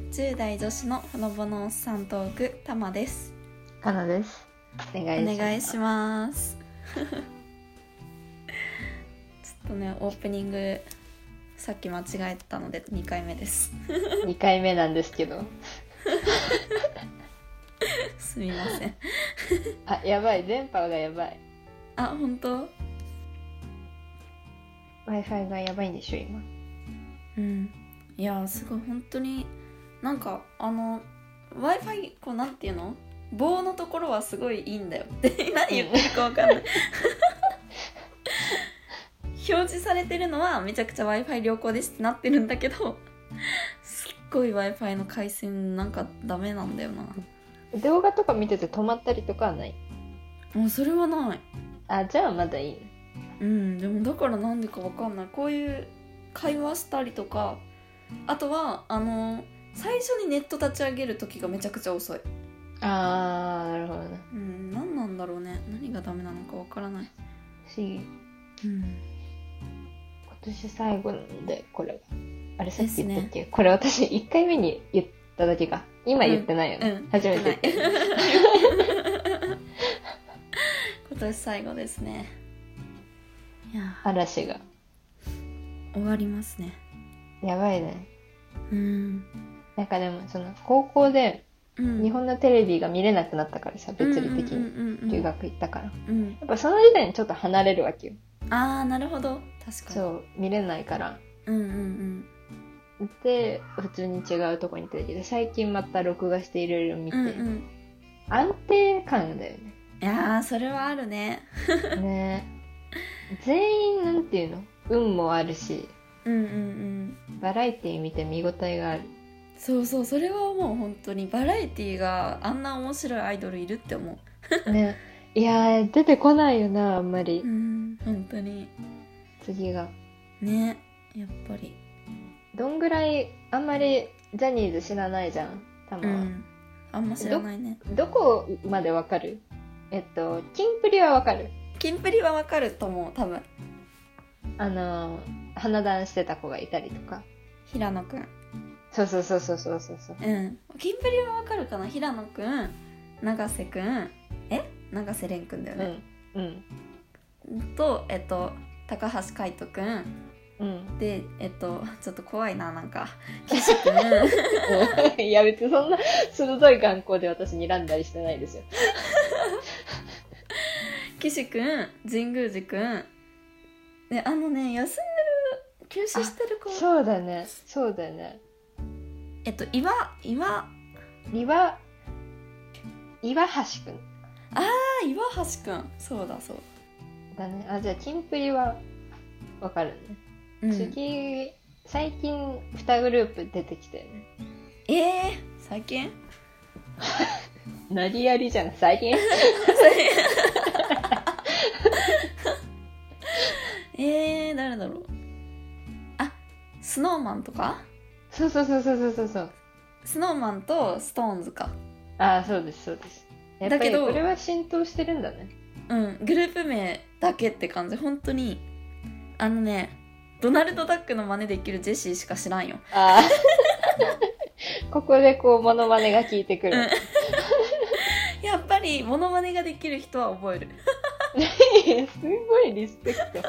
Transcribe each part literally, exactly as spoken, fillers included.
じゅう代女子のほのぼのおっさんトーク、たまです。 かなです。お願いします。 お願いしますちょっとね、オープニングさっき間違えたのでにかいめですにかいめなんですけどすみませんあ、やばい、電波がやばい。 あ、本当？ Wi-Fi がやばいんでしょ今。 うん。いやすごい本当になんかあの Wi-Fi こうなんていうの、棒のところはすごいいいんだよって何言ってるか分かんない表示されてるのはめちゃくちゃ Wi-Fi 良好ですってなってるんだけど、すっごい Wi-Fi の回線なんかダメなんだよな。 動画とか見てて止まったりとかはない？ もうそれはない。 あ、じゃあまだいいね。 うん、でもだからなんでか分かんない。こういう会話したりとか、あとはあの最初にネット立ち上げる時がめちゃくちゃ遅い。 あー、なるほどね。 うん、何なんだろうね。何がダメなのか分からない。 不思議。 うん。 今年最後なので、これがあれさっき言ったっけ、 ね、 これ私いっかいめに言っただけか。今言ってないよね、 うんうん、 初めて言って今年最後ですね。いや嵐が終わりますね。 やばいね。 うん。 なんかでもその高校で日本のテレビが見れなくなったからさ、物理的に留学行ったから、 うん、 やっぱその時点でちょっと離れるわけよ。 あー、なるほど。確かに。 そう見れないから、 うんうんうん、で普通に違うとこに行ってたけど、最近また録画していろいろ見て、うんうん、安定感だよね。 いやーそれはあるねね、全員なんていうの、運もあるし、 うんうんうん、 バラエティ見て見応えがある。 そうそう、それはもう本当にバラエティがあんな面白いアイドルいるって思うね。いやー出てこないよな、あんまり。 うん、本当に次がね、やっぱりどんぐらい、あんまりジャニーズ知らないじゃん、たまは、うん、 あんま知らないね。 ど、どこまでわかる？えっとキンプリはわかる？ キンプリはわかると思う、多分。 あの花壇してた子がいたりとか、 平野くん。 そうそうそうそうそうそうそう。 うん。キンプリはわかるかな。平野くん、永瀬くん、え、永瀬廉くんだよね。うん。うん、とえっと高橋海人くん。うん、でえっとちょっと怖いな、なんか岸くんいや別にそんな鋭い眼光で私睨んだりしてないですよ岸くん、神宮寺くんで、あのね、休んでる、休止してる子。 そうだね、そうだよね。 えっと岩岩岩岩橋くん。 ああ、岩橋くん、そうだそうだね。あ、じゃあキンプリはわかるね。うん、次最近にグループ出てきたよね。 えー、最近なりやりじゃん、最近えー、誰だろう。あ、スノーマンとか。 そうそうそうそうそうそう。 スノーマンとストーンズか。 ああ、そうですそうです。やっぱりこれは浸透してるんだね。 うん、グループ名だけって感じ。本当にあのね、ドナルドダックの真似できるジェシーしか知らんよ。 あここでこうモノマネが効いてくる、 うん、やっぱりモノマネができる人は覚えるすごいリスペクト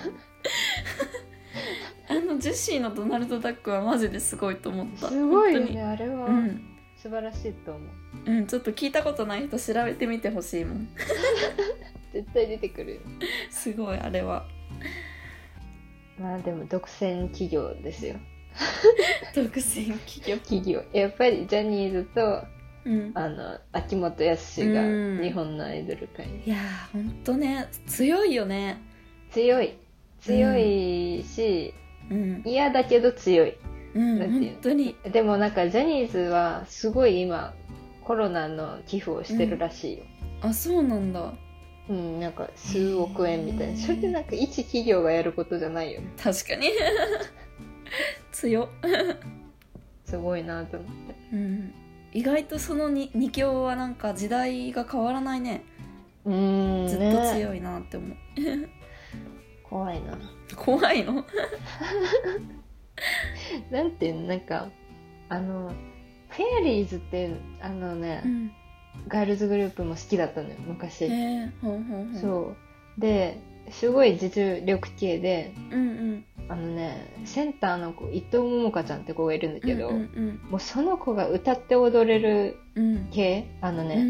あのジェシーのドナルドダックはマジですごいと思った。 すごいよね、あれは、うん、素晴らしいと思う。 うん、ちょっと聞いたことない人調べてみてほしいもん絶対出てくる。 すごい、あれは。 まあでも独占企業ですよ独占企業企業やっぱりジャニーズと、 うん、 あの秋元康が日本のアイドル界に、 うん、いやーほんとね、強いよね。 強い強いし、うん、嫌だけど強い、 うん、なんていうの、本当に。 でもなんかジャニーズはすごい今コロナの寄付をしてるらしいよ、 うん、あ、そうなんだ。 うん、なんか数億円みたいな。それでなんか一企業がやることじゃないよね。 確かに強っすごいなと思って、 うん、意外とその 2, 2強はなんか時代が変わらないね。 うーん、 ずっと強いなって思う、ね、 怖いな。 怖いのなんていうの、なんかあのフェアリーズってあのね、 うん、 ガールズグループも好きだったのよ昔。 へえ、ほんほんほん。 そうですごい実力系で、 うんうん、 あのねセンターの子伊藤桃香ちゃんって子がいるんだけど、 うんうんうん、 もうその子が歌って踊れる系、 うん、 あのね、 うん、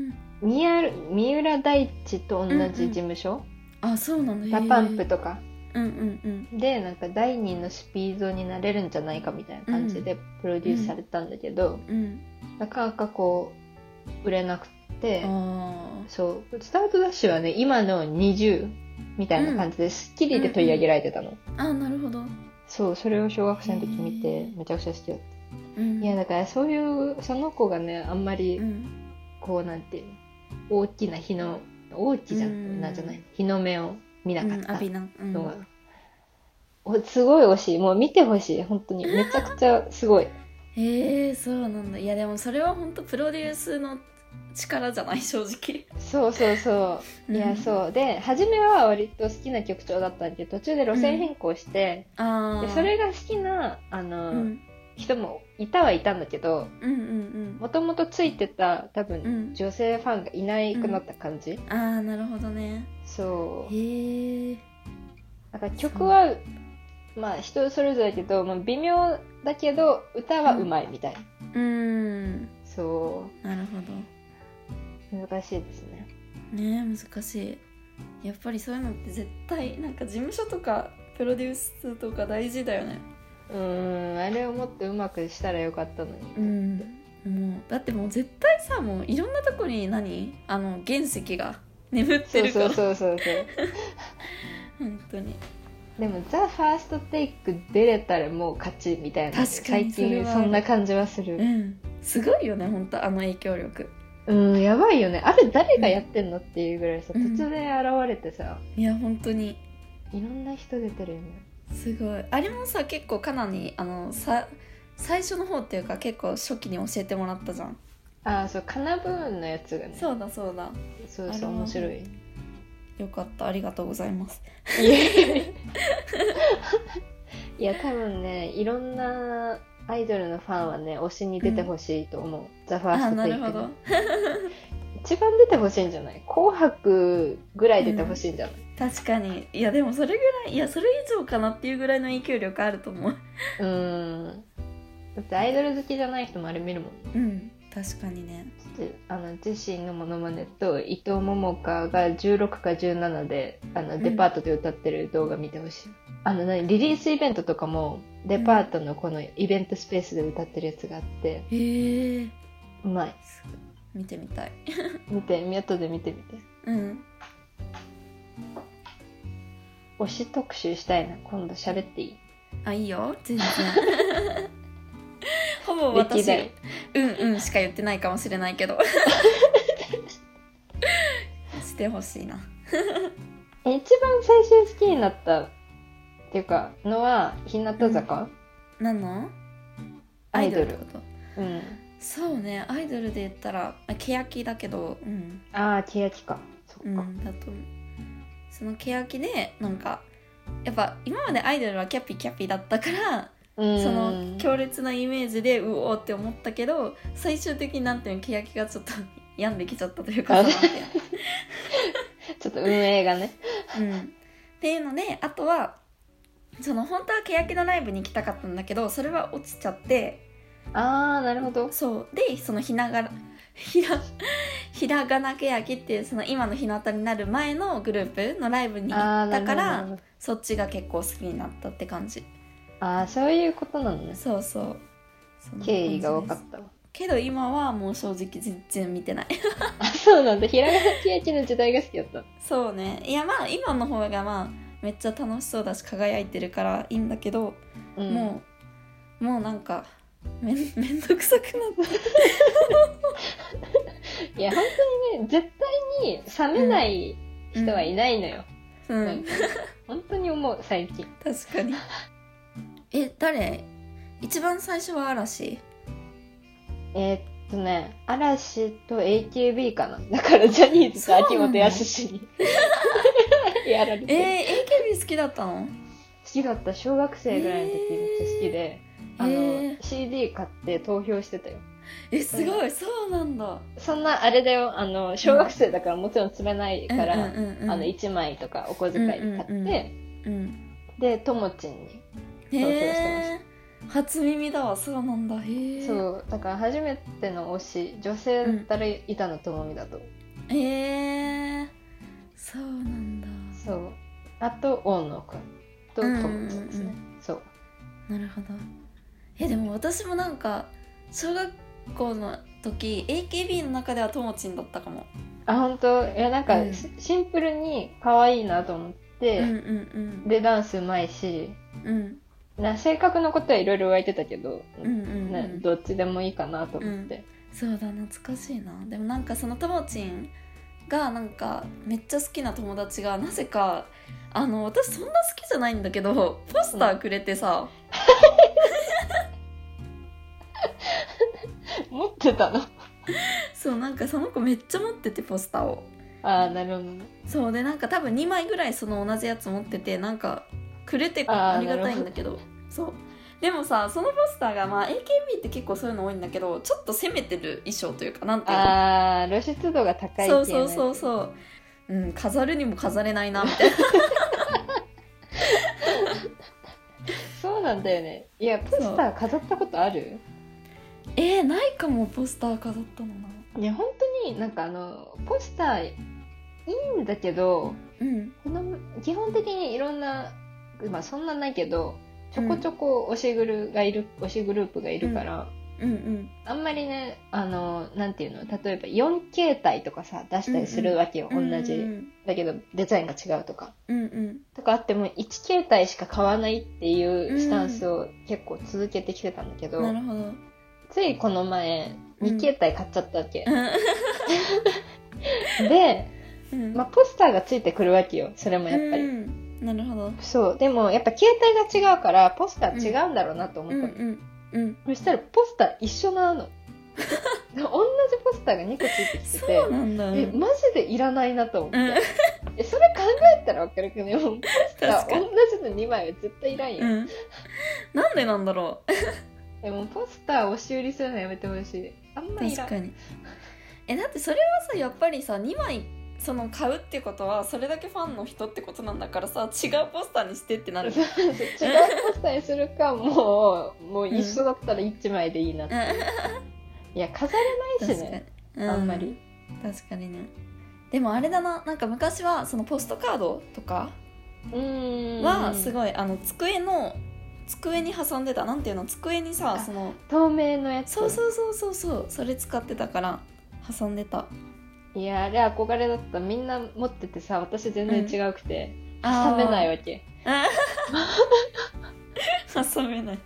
三浦大知と同じ事務所、 うんうん、あ、そうなんダだ。 パンプとか、 うんうんうん、 でなんか第二のスピードになれるんじゃないかみたいな感じでプロデュースされたんだけど、 うん、 なかなかこう売れなくて、 あ、 そうスタートダッシュはね今のにじゅうみたいな感じで『スッキリ』で取り上げられてたの、 うんうん、あ、なるほど。 そうそれを小学生の時見てめちゃくちゃ好きだった、うん、いやだからそういうその子がねあんまり、うん、こうなんていうの大きな日の大きじゃん、うん、なんじゃない日の目を見なかったのが、うん、すごい惜しい。もう見てほしい。本当にめちゃくちゃすごい。 へえー、そうなんだ。いやでもそれは本当プロデュースの力じゃない、正直。 そうそうそう、いやそうで初めは割と好きな曲調だったんだけど途中で路線変更して、うん、でそれが好きなあの、うん、人もいたはいたんだけどもともとついてた多分、うん、女性ファンがいなくなった感じ、うん、 ああなるほどね。 そうへえ。 だから曲はまあ人それぞれだけど、まあ、微妙だけど歌はうまいみたいな、 うん、うん、 そうなるほど。 難しいですね。 ねえ難しい。やっぱりそういうのって絶対なんか事務所とかプロデュースとか大事だよね。 うーんあれをもっとうまくしたらよかったのに。 うん。もうだってもう絶対さもういろんなとこに何あの原石が眠ってるから。 そうそうそうそう本当に。 でもザ・ファーストテイク出れたらもう勝ちみたいな。確かに最近そんな感じはする。 うん。すごいよね本当あの影響力。 うん、やばいよね。あれ誰がやってんのっていうぐらいさ、うん、突然現れてさ。 いや、本当に。 いろんな人出てるよね。 すごい。あれもさ、結構かなり、あの、さ、最初の方っていうか結構初期に教えてもらったじゃん。 ああ、そう、カナブーンのやつがね。 そうだそうだ。 そうそう、面白い。 よかった、ありがとうございます。 いや、いや多分ね、いろんなアイドルのファンはね推しに出てほしいと思う、うん、ザ・ファーストテイク。なるほど一番出てほしいんじゃない？紅白ぐらい出てほしいんじゃない？ うん、確かに。いやでもそれぐらい、いやそれ以上かなっていうぐらいの影響力あると思う。 うーんだってアイドル好きじゃない人もあれ見るもん。 うん確かにね。 あの自身のモノマネと伊藤桃香がじゅうろくかじゅうななであのデパートで歌ってる動画見てほしい、うん、あの何リリースイベントとかもデパートのこのイベントスペースで歌ってるやつがあって、 うん、へえうまい。 見てみたい見て後で見てみて。 うん推し特集したいな。今度喋っていい？ あいいよ全然ほぼ私うんうんしか言ってないかもしれないけどしてほしいな一番最初好きになったっていうかのは日向坂、うん、 何のアイドルってこと？ うん、 そうねアイドルで言ったら欅だけど、うん、 ああ欅かそっか、 うん、だとその欅でなんかやっぱ今までアイドルはキャピキャピだったからその強烈なイメージでうおーって思ったけど最終的になんていうの欅がちょっと病んできちゃったというかちょっと運営がね、 うん、っていうのであとはその本当は欅のライブに行きたかったんだけどそれは落ちちゃってあーなるほど。 そうでそのひながらひらひらがな欅っていうその今の日向になる前のグループのライブに行ったからそっちが結構好きになったって感じ。 ああそういうことなのね。 そうそう経緯が分かったわ。 けど今はもう正直全然見てないあそうなんだ。ひらがな欅の時代が好きだった。 そうね。いやまあ今の方がまあめっちゃ楽しそうだし輝いてるからいいんだけど、うん、もうもうなんかめ ん, めんどくさくなっていや本当にね絶対に冷めない人はいないのよ、うんうん、なんか本当に思う最近。 確かに。え誰一番最初は嵐？ えー、っとね嵐と エーケービー かな。だからジャニーズと秋元康にやられて。 えー、エーケービー 好きだったの？ 好きだった。小学生ぐらいの時めっちゃ好きで、えー、あの シーディー 買って投票してたよ。 えすごい、そうなんだ。 そんなあれだよ、あの小学生だからもちろん積めないから、 うんうんうんうん、 あのいちまいとかお小遣いで買って、うんうんうん、でともちんに投票してました。 初耳だわ。そうなんだ。へえ。 そうだから初めての推し女性だったら板野友美だと。 へ、うん、えー、そうなんだ。 そう、あと大野くんとともちんですね、うんうんうん、そう。 なるほど。えでも私もなんか小学校の時 エーケービー の中ではともちんだったかも。 あ、本当？いやなんか、うん、シンプルに可愛いなと思って、うんうんうん、でダンスうまいし、うん、な性格のことはいろいろ言われてたけど、うんうんうん、どっちでもいいかなと思って、 うん、そうだ、懐かしいな。でもなんかそのともちんがなんかめっちゃ好きな友達がなぜかあの私そんな好きじゃないんだけどポスターくれてさ、 うん、持ってたのそうなんかその子めっちゃ持っててポスターを。 ああなるほどね。 そうでなんか多分にまいぐらいその同じやつ持っててなんかくれてありがたいんだけど、そうでもさそのポスターがまあ エーケービー って結構そういうの多いんだけどちょっと攻めてる衣装というかなんていうの、 ああ露出度が高い系のやつ。 そうそうそうそう、うん、飾るにも飾れないなみたいなそうなんだよね。いやポスター飾ったことある？ えー、ないかも。ポスター飾ったのな。 いや本当になんかあのポスターいいんだけど、うん、この基本的にいろんなまあそんなないけどちょこちょこ推しグルがいる、うん、推しグループがいるから、うんうんうん、あんまりねあのなんていうの例えばよん形態とかさ出したりするわけよ、うんうん、同じ、うんうん、だけどデザインが違うとか、うんうん、とかあってもいち形態しか買わないっていうスタンスを結構続けてきてたんだけど、 なるほど。 ついこの前に形態買っちゃったわけ、うん、で、うんまあ、ポスターがついてくるわけよそれもやっぱり、うん、なるほど。そうでもやっぱ形態が違うからポスター違うんだろうなと思ったの、うんうんうん、そしたらポスター一緒なの同じポスターがにこついてきててそうなんだ、 えマジでいらないなと思って、うん、えそれ考えたら分かるけどポスター同じのにまいは絶対いらんよ、うん、 なんでなんだろうでもポスター押し売りするのやめてほしい。あんまりいらん。 確かに。えだってそれはさやっぱりさにまいその買うってことはそれだけファンの人ってことなんだからさ違うポスターにしてってなる。違うポスターにするかもうもう一緒だったらいちまいでいいなって、うん、いや飾れないしね、うん、あんまり。 確かにね。でもあれだな、なんか昔はそのポストカードとかはすごいあの机の机に挟んでた。なんていうの、机にさその透明のやつ。 そうそうそうそうそう、それ使ってたから挟んでた。 いやあれ憧れだった。みんな持っててさ私全然違うくて、うん、挟めないわけ。 挟めない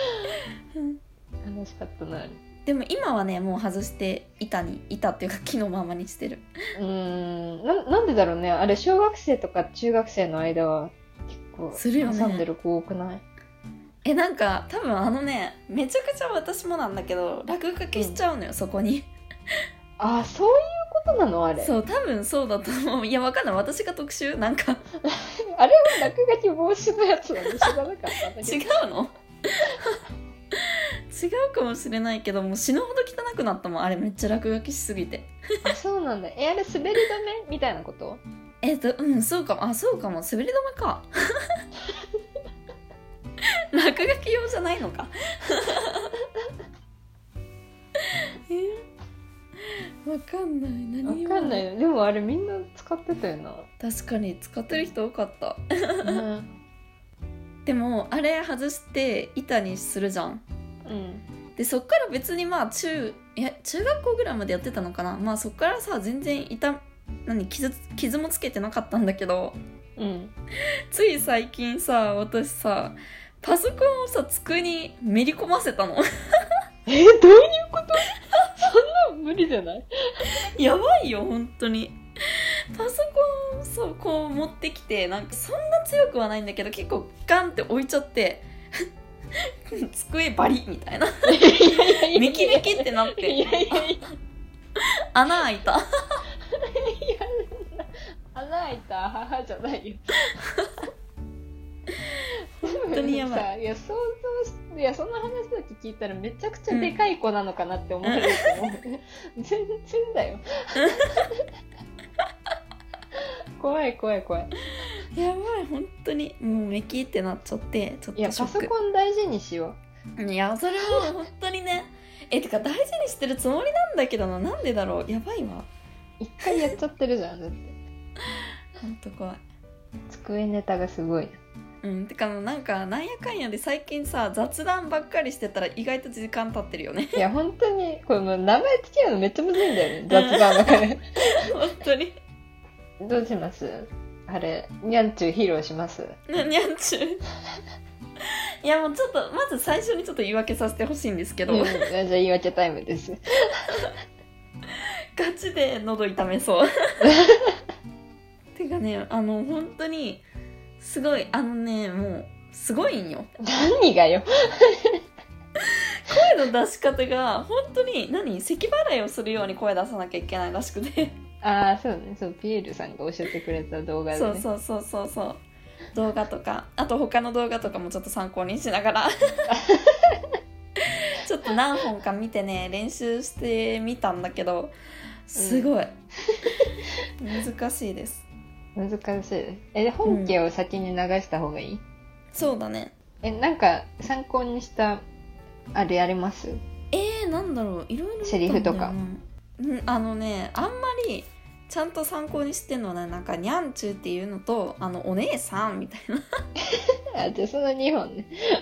楽しかったな。 でも今はねもう外して板に板っていうか木のままにしてる。 うーん な, なんでだろうね。あれ小学生とか中学生の間は結構するよね。 挟んでる子多くない？ えなんか多分あのねめちゃくちゃ私もなんだけど落書きしちゃうのよ、うん、そこに。 あ、そういうことなのあれ。 そう多分そうだと思う。いやわかんない、私が特殊なんかあれは落書き防止のやつなんで知らなかったんだけど。 違うの違うかもしれないけどもう死ぬほど汚くなったもんあれ。めっちゃ落書きしすぎて。 あ、そうなんだ。えあれ滑り止めみたいなこと？ えっとうんそうかも。あそうかも、滑り止めか落書き用じゃないのかえわかんない。何わかんないよ。でもあれみんな使ってたよな。 確かに使ってる人多かった、うん、でもあれ外して板にするじゃん、うん、でそっから別にまあ中いや中学校ぐらいまでやってたのかな。まあそっからさ全然板何 傷, 傷もつけてなかったんだけど、うん、つい最近さ私さパソコンをさ机にめり込ませたのえー、どういうことそんな無理じゃない？ やばいよ本当に。パソコンをそうこう持ってきてなんかそんな強くはないんだけど結構ガンって置いちゃって机バリみたいなメキメキってなっていやいやいや穴開いた穴開いた母じゃないよ本当にやばい。 いや想像しいやその話だけ聞いたらめちゃくちゃでかい子なのかなって思われると思う、うん、全然だよ怖い怖い怖い。 やばい本当にもうメキってなっちゃってちょっとショック。 いやパソコン大事にしよう。いやそれは本当にねえてか大事にしてるつもりなんだけどな。なんでだろう。やばいわ。 一回やっちゃってるじゃんだって。 ほんと怖い。 机ネタがすごい。 うんてかもうなんかなんやかんやで最近さ雑談ばっかりしてたら意外と時間経ってるよね。 いや本当にこれもう名前つけるのめっちゃむずいんだよね雑談ばかり。 本当に。 どうします？あれニャンチュー披露します？ ニャンチューいやもうちょっとまず最初にちょっと言い訳させてほしいんですけど、うん、じゃあ言い訳タイムです。 ガチで喉痛めそうてかねあの本当にすごいあのねもうすごいんよ。 何がよ声の出し方が本当に何咳払いをするように声出さなきゃいけないらしくてああそうねそうピエールさんが教えてくれた動画で、ね、 そうそうそうそうそう動画とかあと他の動画とかもちょっと参考にしながらちょっと何本か見てね練習してみたんだけどすごい、うん、難しいです。 難しいです。えで本家を先に流した方がいい？うん、 そうだね。 えなんか参考にしたあれあります？ えー、なんだろういろいろセリフとか、 うん、あのねあんまりちゃんと参考にしてんのはねなんかニャンチューっていうのとあのお姉さんみたいなあじゃあそのにほんね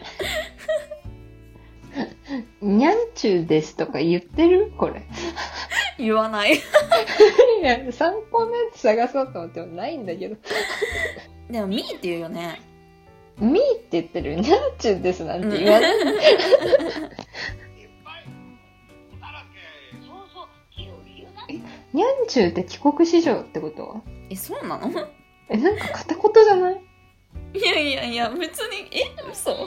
ニャンチューですとか言ってるこれ言わないいや参考のやつ探そうと思ってもないんだけどでもミーって言うよね。 ミーって言ってる。ニャンチューですなんて言わない、うん、ニャンチューって帰国子女ってことは？ えそうなの？ えなんか片言じゃない？ いやいやいや別にえ嘘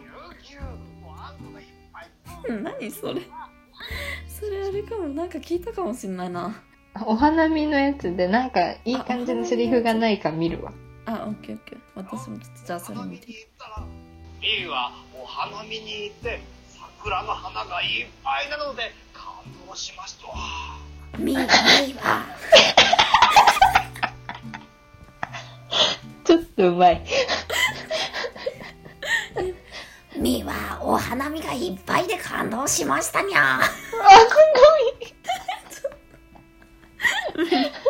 何それそれあれかもなんか聞いたかもしんないな。 お花見のやつでなんかいい感じのセリフがないか見るわ。 あ、オッケーオッケー。私もちょっとじゃあそれ見て。 ミーはお花見に行って桜の花がいっぱいなので感動しました。 ミーはミーはちょっとうまいミーはお花見がいっぱいで感動しましたにゃ。あ、すごい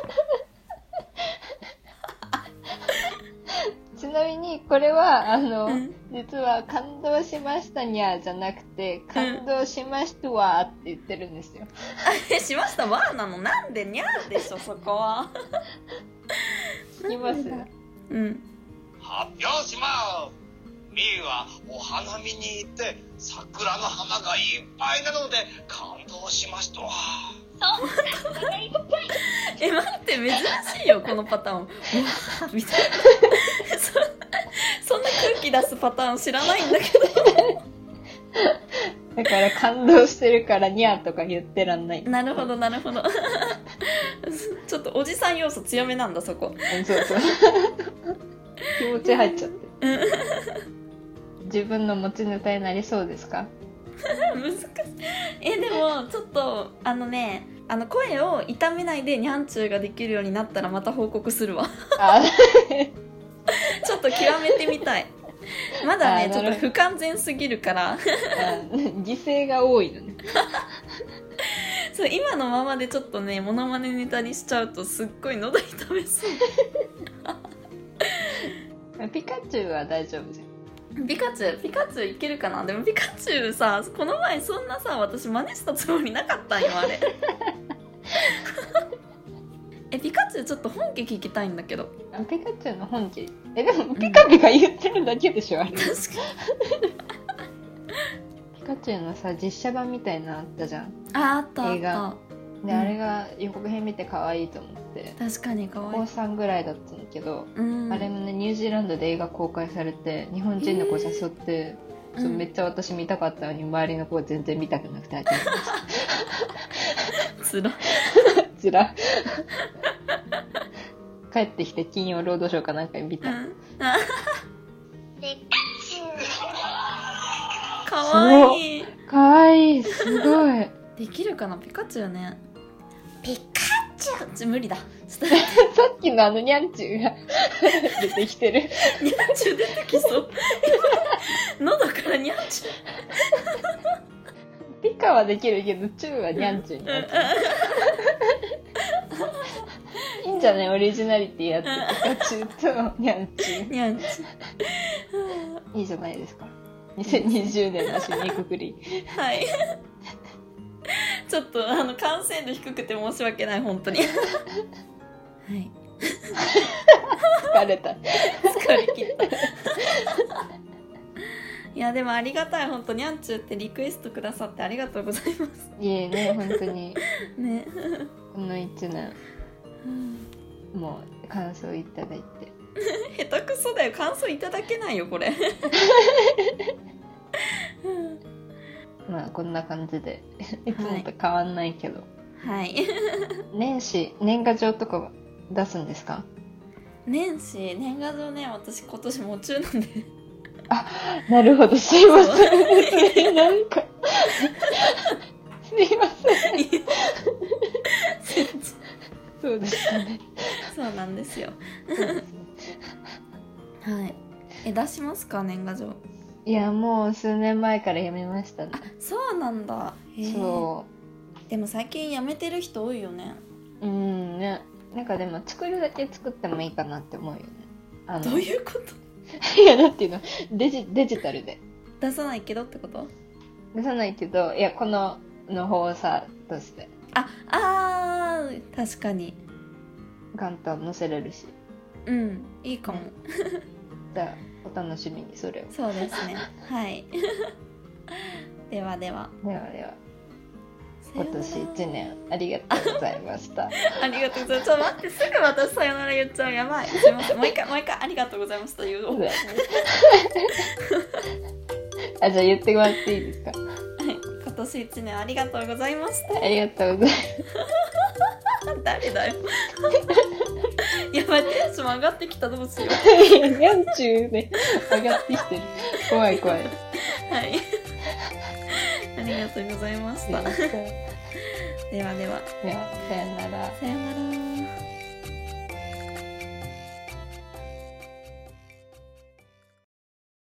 ちなみにこれはあの、うん、実は感動しましたにゃじゃなくて感動しましたわって言ってるんですよ、 うん、しましたわなの。なんでにゃでしょそこは聞きます？ うん。 発表します。ミーはお花見に行って桜の花がいっぱいなので感動しましたわ。そう桜がいっぱいえ待って珍しいよこのパターン。うわみたいなそ, そんな空気出すパターン知らないんだけどだから感動してるからニャーとか言ってらんない。 なるほどなるほどちょっとおじさん要素強めなんだそこ。 そうそう気持ち入っちゃって自分の持ちネタになりそうですか？ 難しい。えでもちょっとあのねあの声を痛めないでニャンチューができるようになったらまた報告するわちょっと極めてみたい。まだねちょっと不完全すぎるから犠牲が多いのねそう今のままでちょっとねモノマネネタにしちゃうとすっごい喉痛めそうピカチュウは大丈夫じゃん。 ピカチュウピカチュウいけるかな。でもピカチュウさこの前そんなさ私真似したつもりなかったんよあれえピカチュウちょっと本家聞きたいんだけど。 あピカチュウの本家えでもピカピカ言ってるだけでしょ、うん、あれ確かにピカチュウのさ実写版みたいなのあったじゃん。 ああった映画あったで、うん、あれが予告編見て可愛いと思って確かに可愛い。 高こうさんぐらいだったんだけど、 うん、 あれもねニュージーランドで映画公開されて日本人の子誘って、えー、そうめっちゃ私見たかったのに、うん、周りの子は全然見たくなくて諦めましたつらつら帰ってきて金曜ロードショーかなんか見た、うん、 ピカチュかわいい。 かわいい、すごい。 できるかな、ピカチュウね。ピカチュウちょ無理だ。 さっきのあのニャンチュウが出てきてる。 ニャンチュウ出てきそう。喉からニャンチュウ。 ピカはできるけど、チュウはニャンチュウになっちゃう。いいんじゃない、オリジナリティやって、ピカチュウとニャンチュウ。 ニャンチュウ。いいじゃないですか。にせんにじゅうねんの締めくくり。 はい。ちょっとあの完成度低くて申し訳ない、本当に。はい。 疲れた。 疲れ切った。いやでもありがたい、本当にゃんちゅうってリクエストくださってありがとうございます。 いえね、本当にね。 このいちねん、もう感想いただいて。下手くそだよ、感想いただけないよこれ。 まあこんな感じでいつもと変わんないけど。 はい。 年始年賀状とか出すんですか？ 年始年賀状ね、私今年夢中なんで。 あ、なるほど、すいません。なんかすいません。そうですかね。 そうなんですよ。はい。え、出しますか、年賀状？ いや、もう数年前からやめましたね。 あ、そうなんだ。へそう。 でも最近やめてる人多いよね。 うんね。なんかでも作るだけ作ってもいいかなって思うよね。 あのどういうこと？ いや、だっていうのデジデジタルで出さないけどってこと？ 出さないけど、いや、このの放送としてああー、確かに簡単載せれるし、 うんいいかも。 じゃあお楽しみにそれを。 そうですね。はい。ではではではでは今年いちねんありがとうございました。 ありがとうございます。ちょっと待って、すぐ私さよなら言っちゃう。やばい。すいません。もう一回もう一回ありがとうございました言うの。 あ、じゃあ言ってもらっていいですか？はい、 今年いちねんありがとうございました。 ありがとうございます。 誰だよ。やばい、テンション上がってきた、どうしよう。にゃんちゅうね、上がってきてる。怖い怖い。はい。 ありがとうございました。ではでは。 では、さよなら。 さよなら。